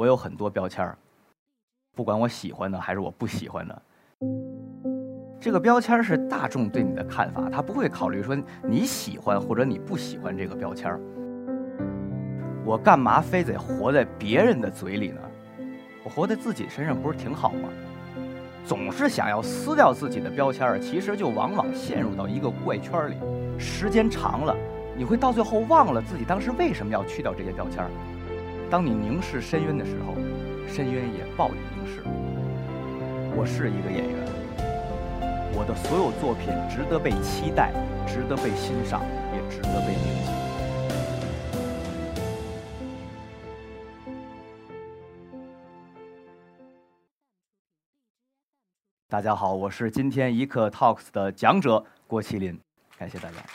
我有很多标签儿，不管我喜欢的还是我不喜欢的。这个标签是大众对你的看法，他不会考虑说你喜欢或者你不喜欢这个标签儿。我干嘛非得活在别人的嘴里呢？我活在自己身上不是挺好吗？总是想要撕掉自己的标签儿，其实就往往陷入到一个怪圈里。时间长了，你会到最后忘了自己当时为什么要去掉这些标签儿。当你凝视深渊的时候，深渊也报以凝视。我是一个演员，我的所有作品值得被期待，值得被欣赏，也值得被铭记。大家好，我是今天一刻 Talks 的讲者郭麒麟，感谢大家。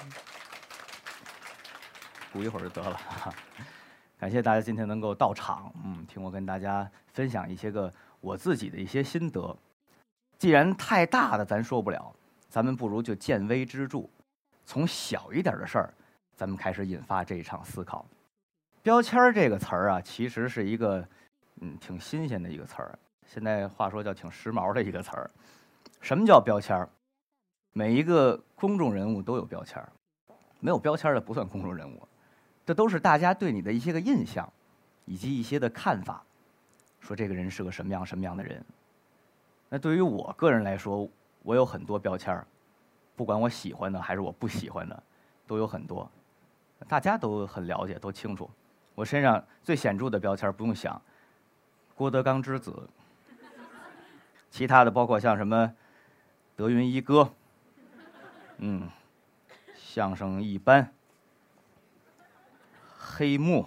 鼓一会儿就得了。感谢大家今天能够到场，听我跟大家分享一些个我自己的一些心得。既然太大的咱说不了，咱们不如就见微知著，从小一点的事儿，咱们开始引发这一场思考。标签这个词儿啊，其实是一个挺新鲜的一个词儿，现在话说叫挺时髦的一个词儿。什么叫标签？每一个公众人物都有标签，没有标签的不算公众人物。这都是大家对你的一些个印象，以及一些的看法，说这个人是个什么样的人。那对于我个人来说，我有很多标签，不管我喜欢的还是我不喜欢的，都有很多。大家都很了解，都清楚。我身上最显著的标签不用想，郭德纲之子。其他的包括像什么德云一哥，相声一般。黑幕，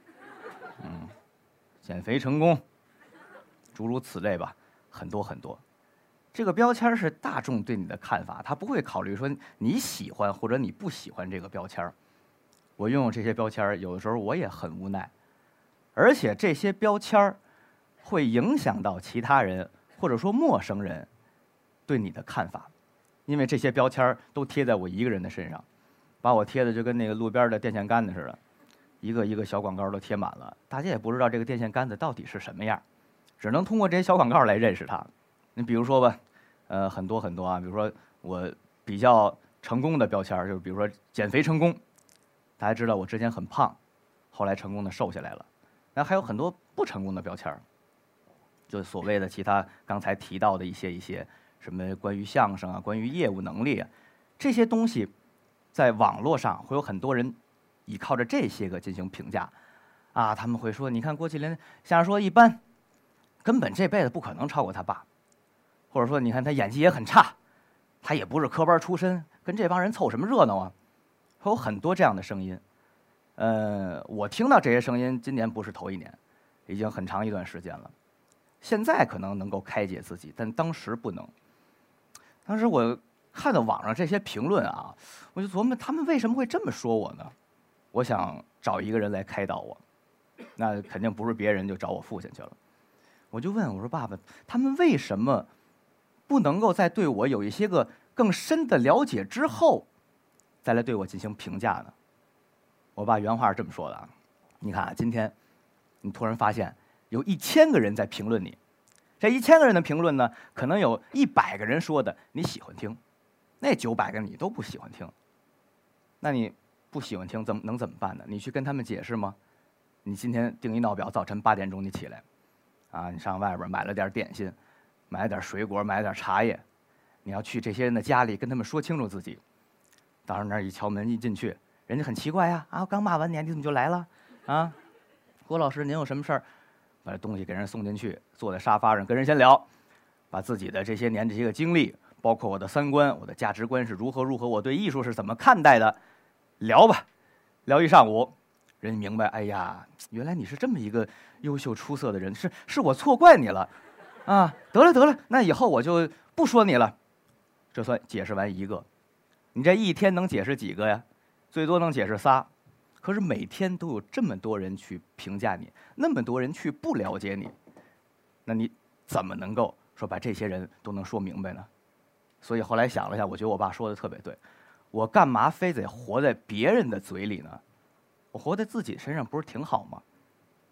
减肥成功，诸如此类吧，很多很多。这个标签是大众对你的看法，他不会考虑说你喜欢或者你不喜欢这个标签。我拥有这些标签，有的时候我也很无奈，而且这些标签会影响到其他人或者说陌生人对你的看法，因为这些标签都贴在我一个人的身上，把我贴的就跟那个路边的电线杆子似的。一个一个小广告都贴满了，大家也不知道这个电线杆子到底是什么样，只能通过这些小广告来认识它。你比如说吧，很多很多啊，比如说我比较成功的标签，就是比如说减肥成功，大家知道我之前很胖，后来成功的瘦下来了。那还有很多不成功的标签，就所谓的其他刚才提到的一些什么关于相声啊，关于业务能力啊，这些东西，在网络上会有很多人依靠着这些个进行评价，啊，他们会说，你看郭麒麟相声说一般，根本这辈子不可能超过他爸，或者说你看他演技也很差，他也不是科班出身，跟这帮人凑什么热闹啊？会有很多这样的声音。我听到这些声音，今年不是头一年，已经很长一段时间了。现在可能能够开解自己，但当时不能。当时我看到网上这些评论啊，我就琢磨他们为什么会这么说我呢？我想找一个人来开导我，那肯定不是别人，就找我父亲去了。我就问我说：“爸爸，他们为什么不能够在对我有一些个更深的了解之后，再来对我进行评价呢？”我爸原话是这么说的啊：“你看啊，今天你突然发现有1000个人在评论你，这1000个人的评论呢，可能有100个人说的你喜欢听，那900个你都不喜欢听，那你不喜欢听怎么办呢？你去跟他们解释吗？你今天定一闹表，早晨8点钟你起来，啊，你上外边买了点点心，买了点水果，买了点茶叶，你要去这些人的家里跟他们说清楚自己。到时候那儿一敲门一进去，人家很奇怪呀，啊，刚骂完你，你怎么就来了？啊，郭老师您有什么事儿？把东西给人送进去，坐在沙发上跟人先聊，把自己的这些年这些个经历，包括我的三观，我的价值观是如何，我对艺术是怎么看待的。聊吧，聊一上午，人明白，哎呀，原来你是这么一个优秀出色的人，是我错怪你了，啊，得了，那以后我就不说你了。这算解释完一个，你这一天能解释几个呀？最多能解释仨。可是每天都有这么多人去评价你，那么多人去不了解你，那你怎么能够说把这些人都能说明白呢？所以后来想了一下，我觉得我爸说的特别对。我干嘛非得活在别人的嘴里呢？我活在自己身上不是挺好吗？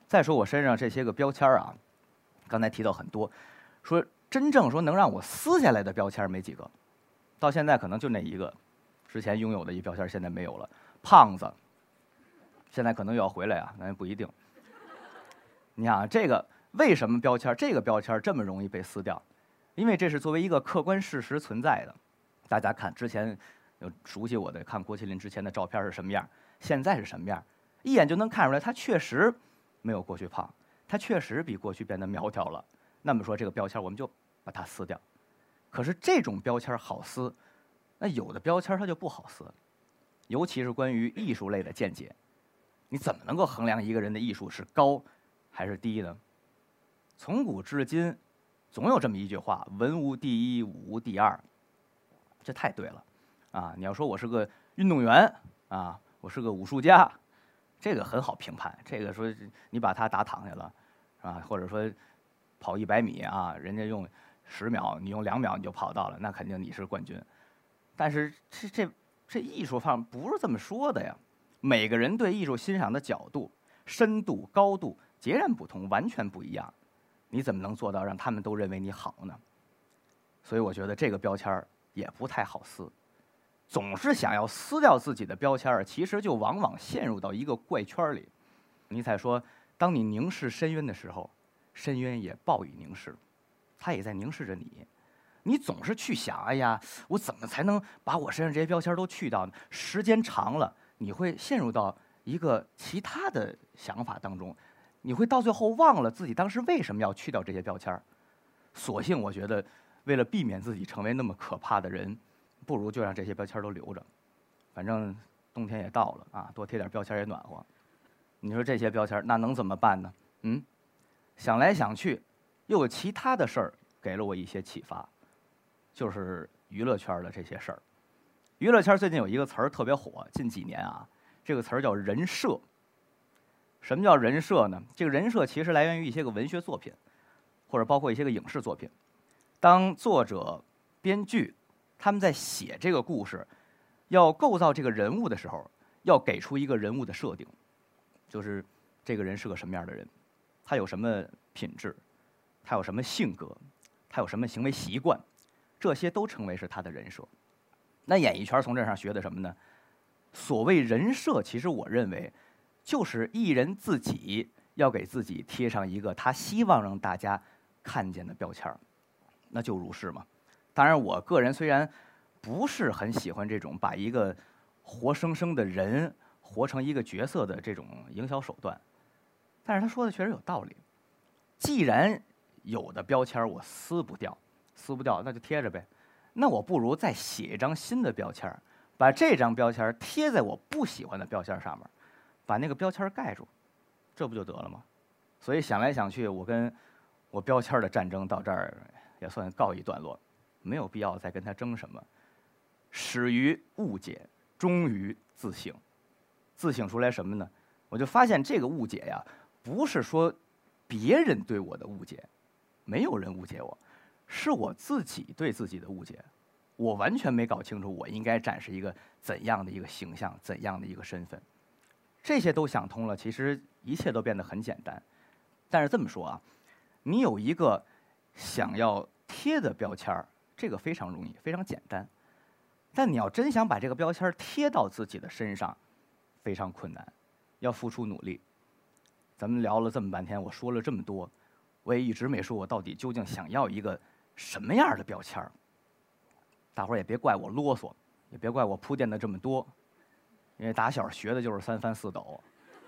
再说我身上这些个标签啊，刚才提到很多，说真正说能让我撕下来的标签没几个，到现在可能就那一个，之前拥有的一标签现在没有了，胖子，现在可能又要回来啊，那也不一定。你看这个为什么标签这个标签这么容易被撕掉？因为这是作为一个客观事实存在的。大家看之前有熟悉我的，看郭麒麟之前的照片是什么样，现在是什么样，一眼就能看出来，他确实没有过去胖，他确实比过去变得苗条了。那么说这个标签我们就把它撕掉。可是这种标签好撕，那有的标签它就不好撕，尤其是关于艺术类的见解，你怎么能够衡量一个人的艺术是高还是低呢？从古至今，总有这么一句话：文无第一，武无第二。这太对了，啊！你要说我是个运动员啊，我是个武术家，这个很好评判。这个说你把他打躺下了，啊，或者说跑100米啊，人家用10秒，你用2秒你就跑到了，那肯定你是冠军。但是这艺术上不是这么说的呀。每个人对艺术欣赏的角度、深度、高度截然不同，完全不一样。你怎么能做到让他们都认为你好呢？所以我觉得这个标签也不太好撕。总是想要撕掉自己的标签，其实就往往陷入到一个怪圈里。尼采说：“当你凝视深渊的时候，深渊也报以凝视，它也在凝视着你。你总是去想，哎呀，我怎么才能把我身上这些标签都去掉呢？时间长了，你会陷入到一个其他的想法当中，你会到最后忘了自己当时为什么要去掉这些标签。索性我觉得，为了避免自己成为那么可怕的人，不如就让这些标签都留着。反正冬天也到了啊，多贴点标签也暖和。你说这些标签那能怎么办呢？想来想去，又有其他的事儿给了我一些启发，就是娱乐圈的这些事儿。娱乐圈最近有一个词儿特别火，近几年啊，这个词儿叫人设。什么叫人设呢？这个人设其实来源于一些个文学作品，或者包括一些个影视作品。当作者、编剧他们在写这个故事，要构造这个人物的时候，要给出一个人物的设定，就是这个人是个什么样的人，他有什么品质，他有什么性格，他有什么行为习惯，这些都称为是他的人设。那演艺圈从这上学的什么呢？所谓人设，其实我认为就是艺人自己要给自己贴上一个他希望让大家看见的标签，那就如是嘛。当然，我个人虽然不是很喜欢这种把一个活生生的人活成一个角色的这种营销手段，但是他说的确实有道理。既然有的标签我撕不掉，那就贴着呗。那我不如再写一张新的标签，把这张标签贴在我不喜欢的标签上面，把那个标签盖住，这不就得了吗？所以想来想去，我跟我标签的战争到这儿也算告一段落，没有必要再跟他争什么。始于误解，终于自省。自省出来什么呢？我就发现这个误解呀，不是说别人对我的误解，没有人误解我，是我自己对自己的误解。我完全没搞清楚我应该展示一个怎样的一个形象，怎样的一个身份。这些都想通了，其实一切都变得很简单。但是这么说啊，你有一个想要贴的标签，这个非常容易，非常简单。但你要真想把这个标签贴到自己的身上，非常困难，要付出努力。咱们聊了这么半天，我说了这么多，我也一直没说我到底究竟想要一个什么样的标签。大伙儿也别怪我啰嗦，也别怪我铺垫的这么多，因为打小学的就是3翻4抖。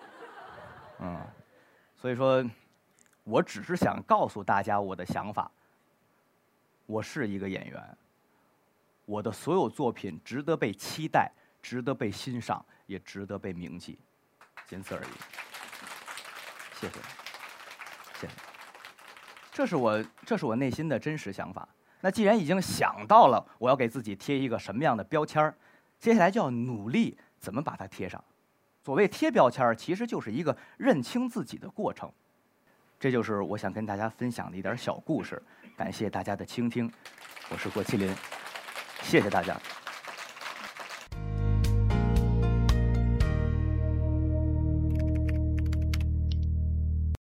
所以说，我只是想告诉大家我的想法。我是一个演员，我的所有作品值得被期待，值得被欣赏，也值得被铭记，仅此而已。谢谢，谢谢。这是我内心的真实想法。那既然已经想到了我要给自己贴一个什么样的标签，接下来就要努力怎么把它贴上。所谓贴标签，其实就是一个认清自己的过程。这就是我想跟大家分享的一点小故事。感谢大家的倾听，我是郭麒麟，谢谢大家。